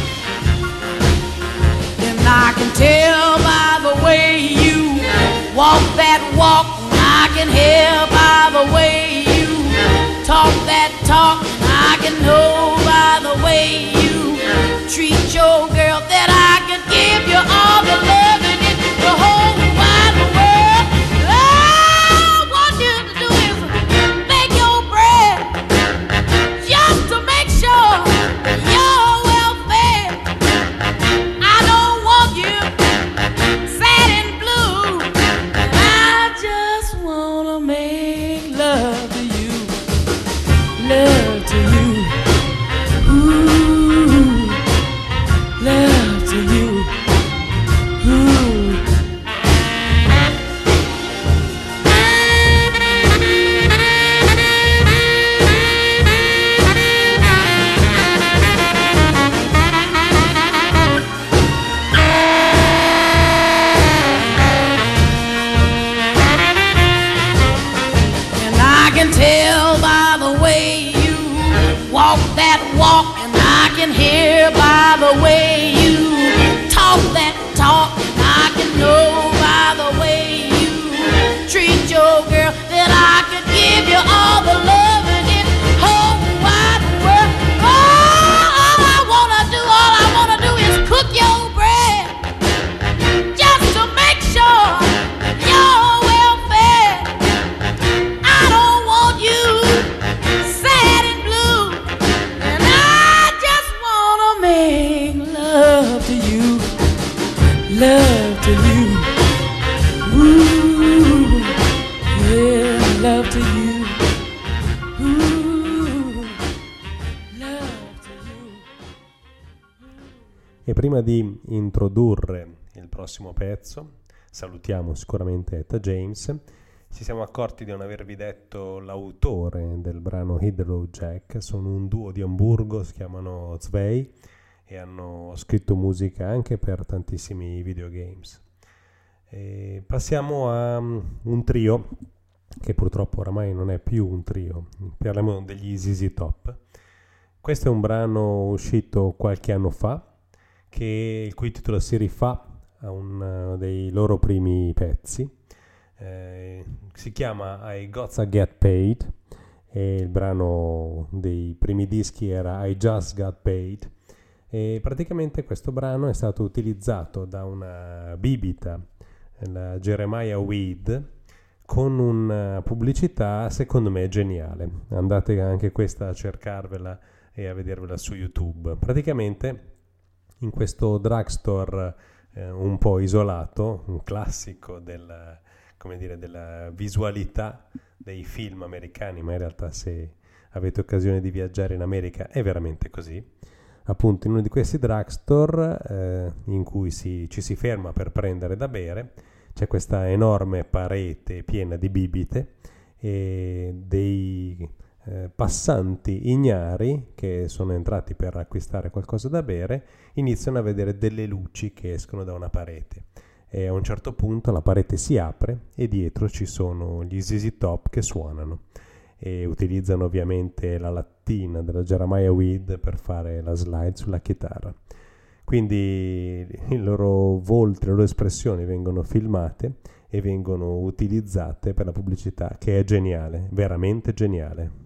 And I can tell by the way you walk that walk. I can hear by the way you talk that talk. I can know by the way you treat your girl that I could give you all the love in it, the whole wide world. All I want you to do is make your bread, just to make sure you're well fed. I don't want you sad and blue, and I just wanna make love to you, love to you. Ooh, love to you. Ooh. And I can tell by the way you walk that walk, and I can hear by the way you talk that talk, and I can know by the way you treat your girl that I could give you all the love in it whole wide world. All I wanna do, all I wanna do is cook your bread, just to make sure you're well fed. I don't want you sad and blue, and I just wanna make love to you, love to you. Ooh, yeah, love to you. Ooh, love to you. E prima di introdurre il prossimo pezzo, salutiamo sicuramente Etta James. Ci siamo accorti di non avervi detto l'autore del brano Hit the Road Jack. Sono un duo di Amburgo, si chiamano Zwei e hanno scritto musica anche per tantissimi videogames. E passiamo a um, un trio che purtroppo oramai non è più un trio, parliamo degli Z Z Top. Questo è un brano uscito qualche anno fa, che, il cui titolo si rifà a uno dei loro primi pezzi. Eh, si chiama I Gotta Get Paid e il brano dei primi dischi era I Just Got Paid, e praticamente questo brano è stato utilizzato da una bibita, la Jeremiah Weed, con una pubblicità secondo me geniale. Andate anche questa a cercarvela e a vedervela su YouTube. Praticamente in questo drugstore eh, un po' isolato, un classico del, come dire, della visualità dei film americani, ma in realtà se avete occasione di viaggiare in America è veramente così. Appunto in uno di questi drugstore eh, in cui si, ci si ferma per prendere da bere, c'è questa enorme parete piena di bibite e dei eh, passanti ignari che sono entrati per acquistare qualcosa da bere iniziano a vedere delle luci che escono da una parete, e a un certo punto la parete si apre e dietro ci sono gli Z Z Top che suonano e utilizzano ovviamente la lattina della Jeremiah Weed per fare la slide sulla chitarra. Quindi i loro volti, le loro espressioni vengono filmate e vengono utilizzate per la pubblicità, che è geniale, veramente geniale.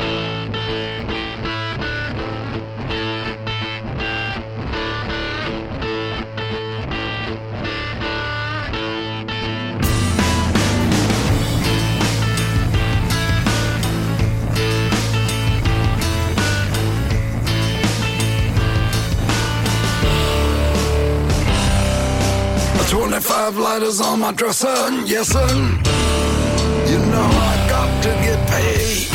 twenty-five lighters on my dresser, yes sir. You know I got to get paid.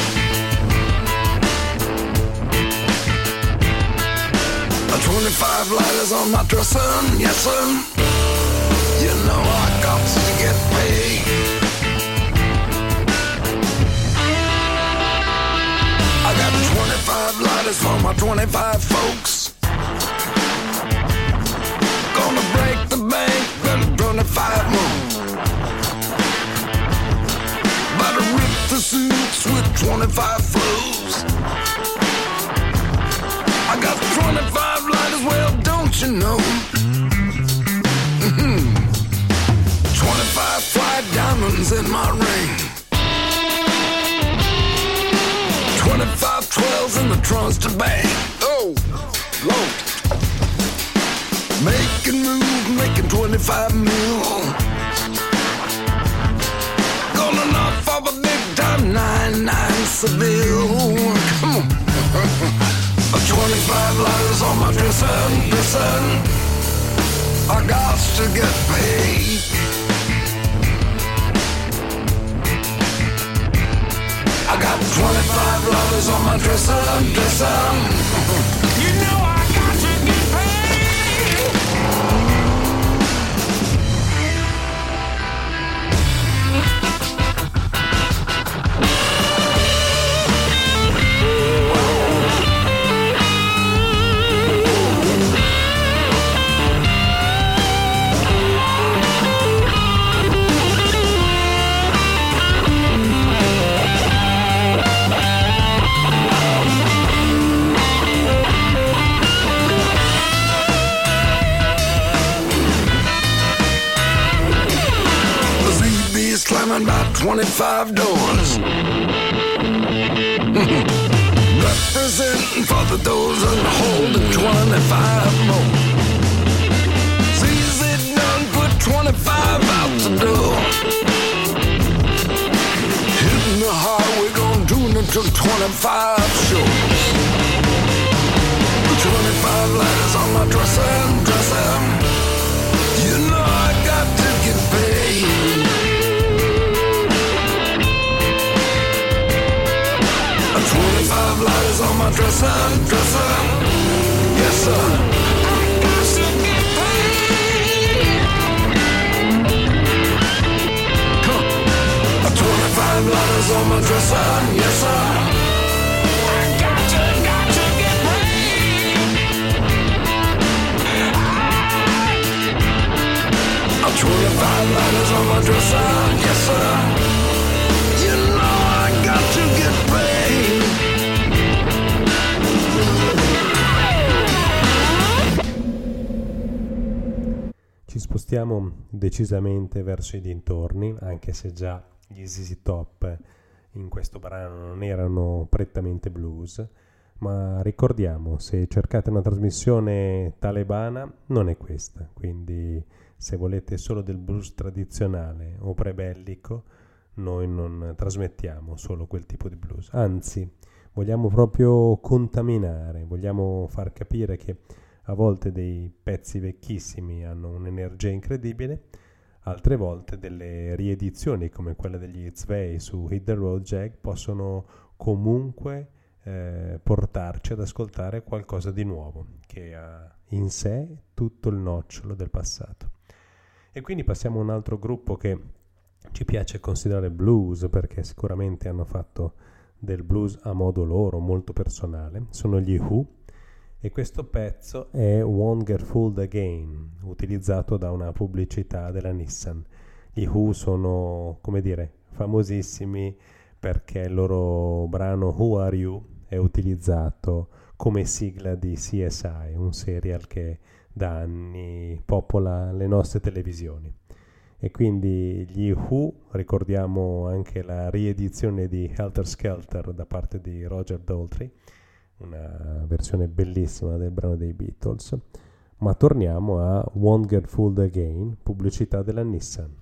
twenty-five lighters on my dresser, yes sir. You know I got to get paid. I got twenty-five lighters for my twenty-five folks. Gonna break the bank, then twenty-five more. About to rip the suits with twenty-five flows. I got twenty-five lighters, well, don't you know? Mm-hmm. twenty-five fly diamonds in my ring. twenty-five twelves in the trunks to bang. Oh, Lord. Making moves, making twenty-five mil. Gonna knock off a big time nine nine Seville. Come on. twenty-five lighters on my dresser, dresser. I got to get paid. I got twenty-five lighters on my dresser, dresser. You know I got to get paid. Slamming about twenty-five doors. Representing for the doors and holding twenty-five more. It's easy done, put twenty-five out the door. Hitting the highway, gonna do it till twenty-five shows. twenty-five lighters on my dresser, dresser. You know I got to get paid. twenty-five lighters on my dresser, dresser. Yes, sir. I got to get paid. Come on. twenty-five lighters on my dresser, yes, sir. I got to, got to get paid. twenty-five lighters on my dresser, yes, sir. You know I got to get paid. Ci spostiamo decisamente verso i dintorni, anche se già gli Z Z Top in questo brano non erano prettamente blues, ma ricordiamo, se cercate una trasmissione talebana non è questa, quindi se volete solo del blues tradizionale o prebellico noi non trasmettiamo solo quel tipo di blues, anzi vogliamo proprio contaminare, vogliamo far capire che a volte dei pezzi vecchissimi hanno un'energia incredibile, altre volte delle riedizioni come quella degli Zwei su Hit the Road Jack possono comunque eh, portarci ad ascoltare qualcosa di nuovo che ha in sé tutto il nocciolo del passato. E quindi passiamo a un altro gruppo che ci piace considerare blues perché sicuramente hanno fatto del blues a modo loro, molto personale, sono gli Who. E questo pezzo è Won't Get Fooled Again, utilizzato da una pubblicità della Nissan. Gli Who sono, come dire, famosissimi perché il loro brano Who Are You è utilizzato come sigla di C S I, un serial che da anni popola le nostre televisioni. E quindi gli Who, ricordiamo anche la riedizione di Helter Skelter da parte di Roger Daltrey, una versione bellissima del brano dei Beatles. Ma torniamo a Won't Get Fooled Again, pubblicità della Nissan.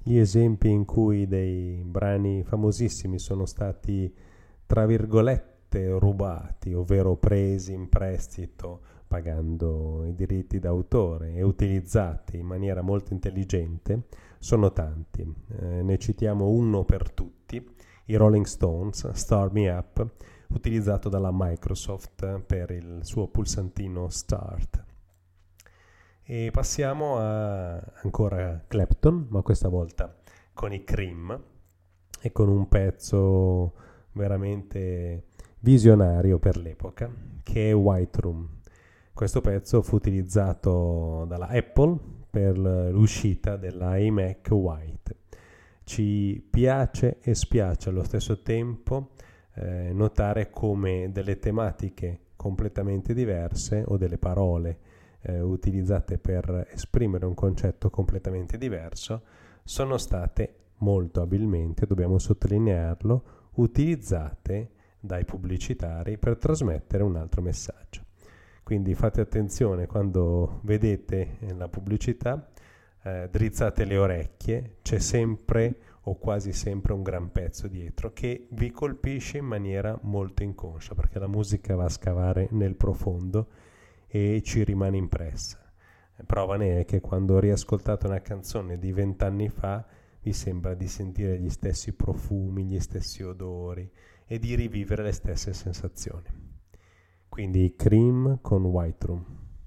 gli esempi in cui dei brani famosissimi sono stati, tra virgolette, rubati, ovvero presi in prestito pagando i diritti d'autore e utilizzati in maniera molto intelligente, sono tanti. Eh, ne citiamo uno per tutti, i Rolling Stones, Start Me Up, utilizzato dalla Microsoft per il suo pulsantino Start. E passiamo a ancora Clapton, ma questa volta con i Cream e con un pezzo veramente visionario per l'epoca, che è White Room. Questo pezzo fu utilizzato dalla Apple per l'uscita della iMac White. Ci piace e spiace allo stesso tempo eh, notare come delle tematiche completamente diverse o delle parole eh, utilizzate per esprimere un concetto completamente diverso sono state molto abilmente, dobbiamo sottolinearlo, utilizzate dai pubblicitari per trasmettere un altro messaggio. Quindi fate attenzione quando vedete la pubblicità, eh, drizzate le orecchie, c'è sempre o quasi sempre un gran pezzo dietro che vi colpisce in maniera molto inconscia, perché la musica va a scavare nel profondo e ci rimane impressa. Prova ne è che quando riascoltate una canzone di vent'anni fa vi sembra di sentire gli stessi profumi, gli stessi odori e di rivivere le stesse sensazioni. Quindi Cream con White Room.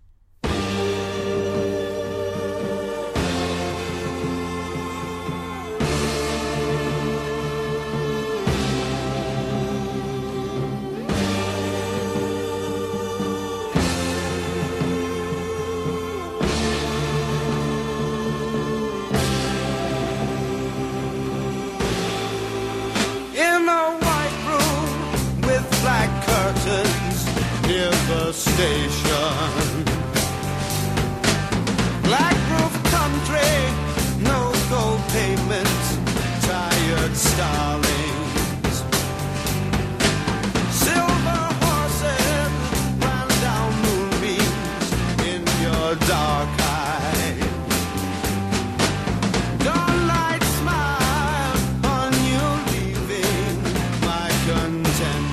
Station, black roof country, no gold pavements, tired starlings, silver horses ran down moonbeams in your dark eyes. Dawnlight smile on you, leaving my contentment.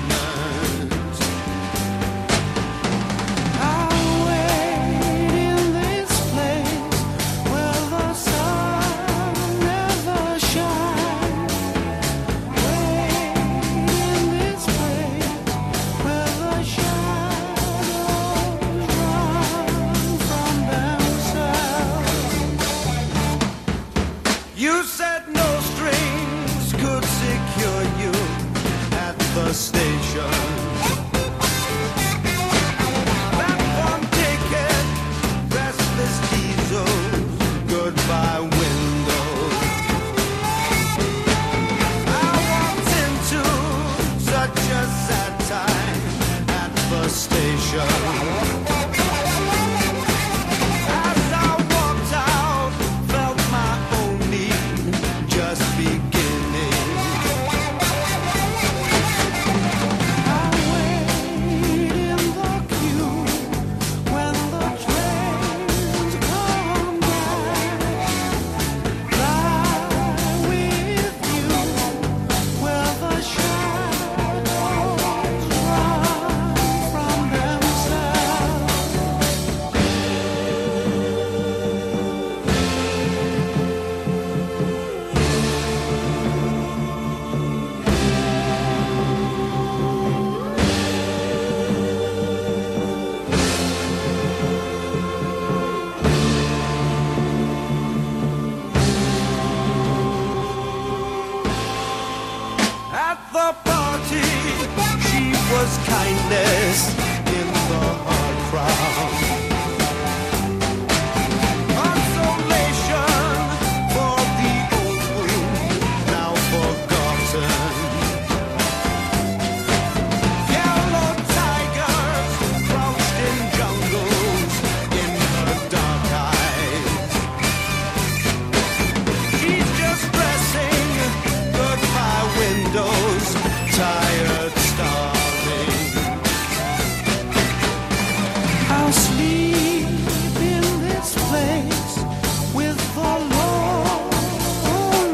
Sleep in this place with the lonely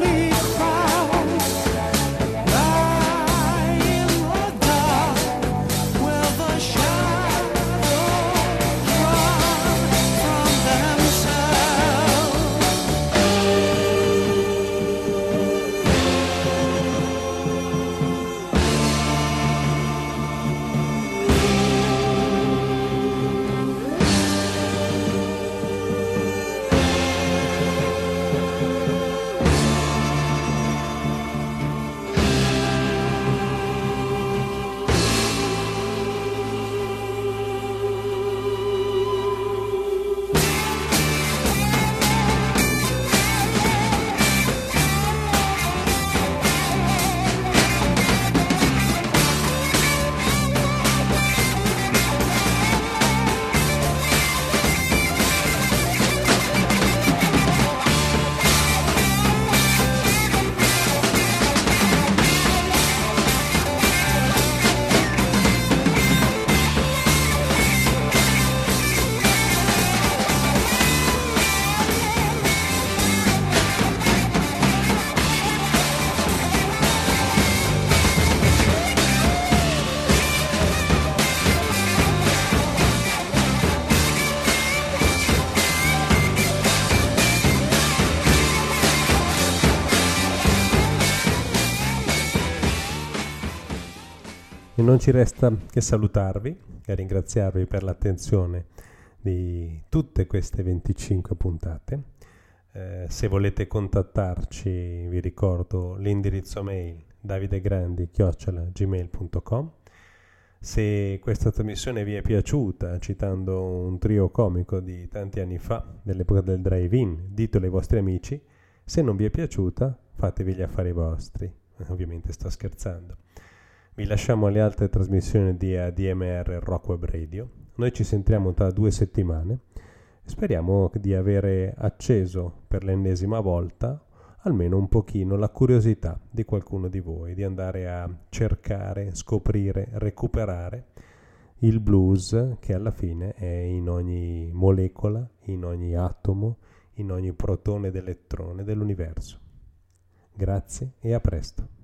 non ci resta che salutarvi e ringraziarvi per l'attenzione di tutte queste venticinque puntate. Eh, se volete contattarci vi ricordo l'indirizzo mail davidegrandi chiocciola gmail punto com. Se questa trasmissione vi è piaciuta, citando un trio comico di tanti anni fa, dell'epoca del drive-in, ditelo ai vostri amici. Se non vi è piaciuta, fatevi gli affari vostri. Ovviamente sto scherzando. Vi lasciamo alle altre trasmissioni di A D M R Rock Web Radio. Noi ci sentiamo tra due settimane. Speriamo di avere acceso per l'ennesima volta almeno un pochino la curiosità di qualcuno di voi, di andare a cercare, scoprire, recuperare il blues che alla fine è in ogni molecola, in ogni atomo, in ogni protone ed elettrone dell'universo. Grazie e a presto.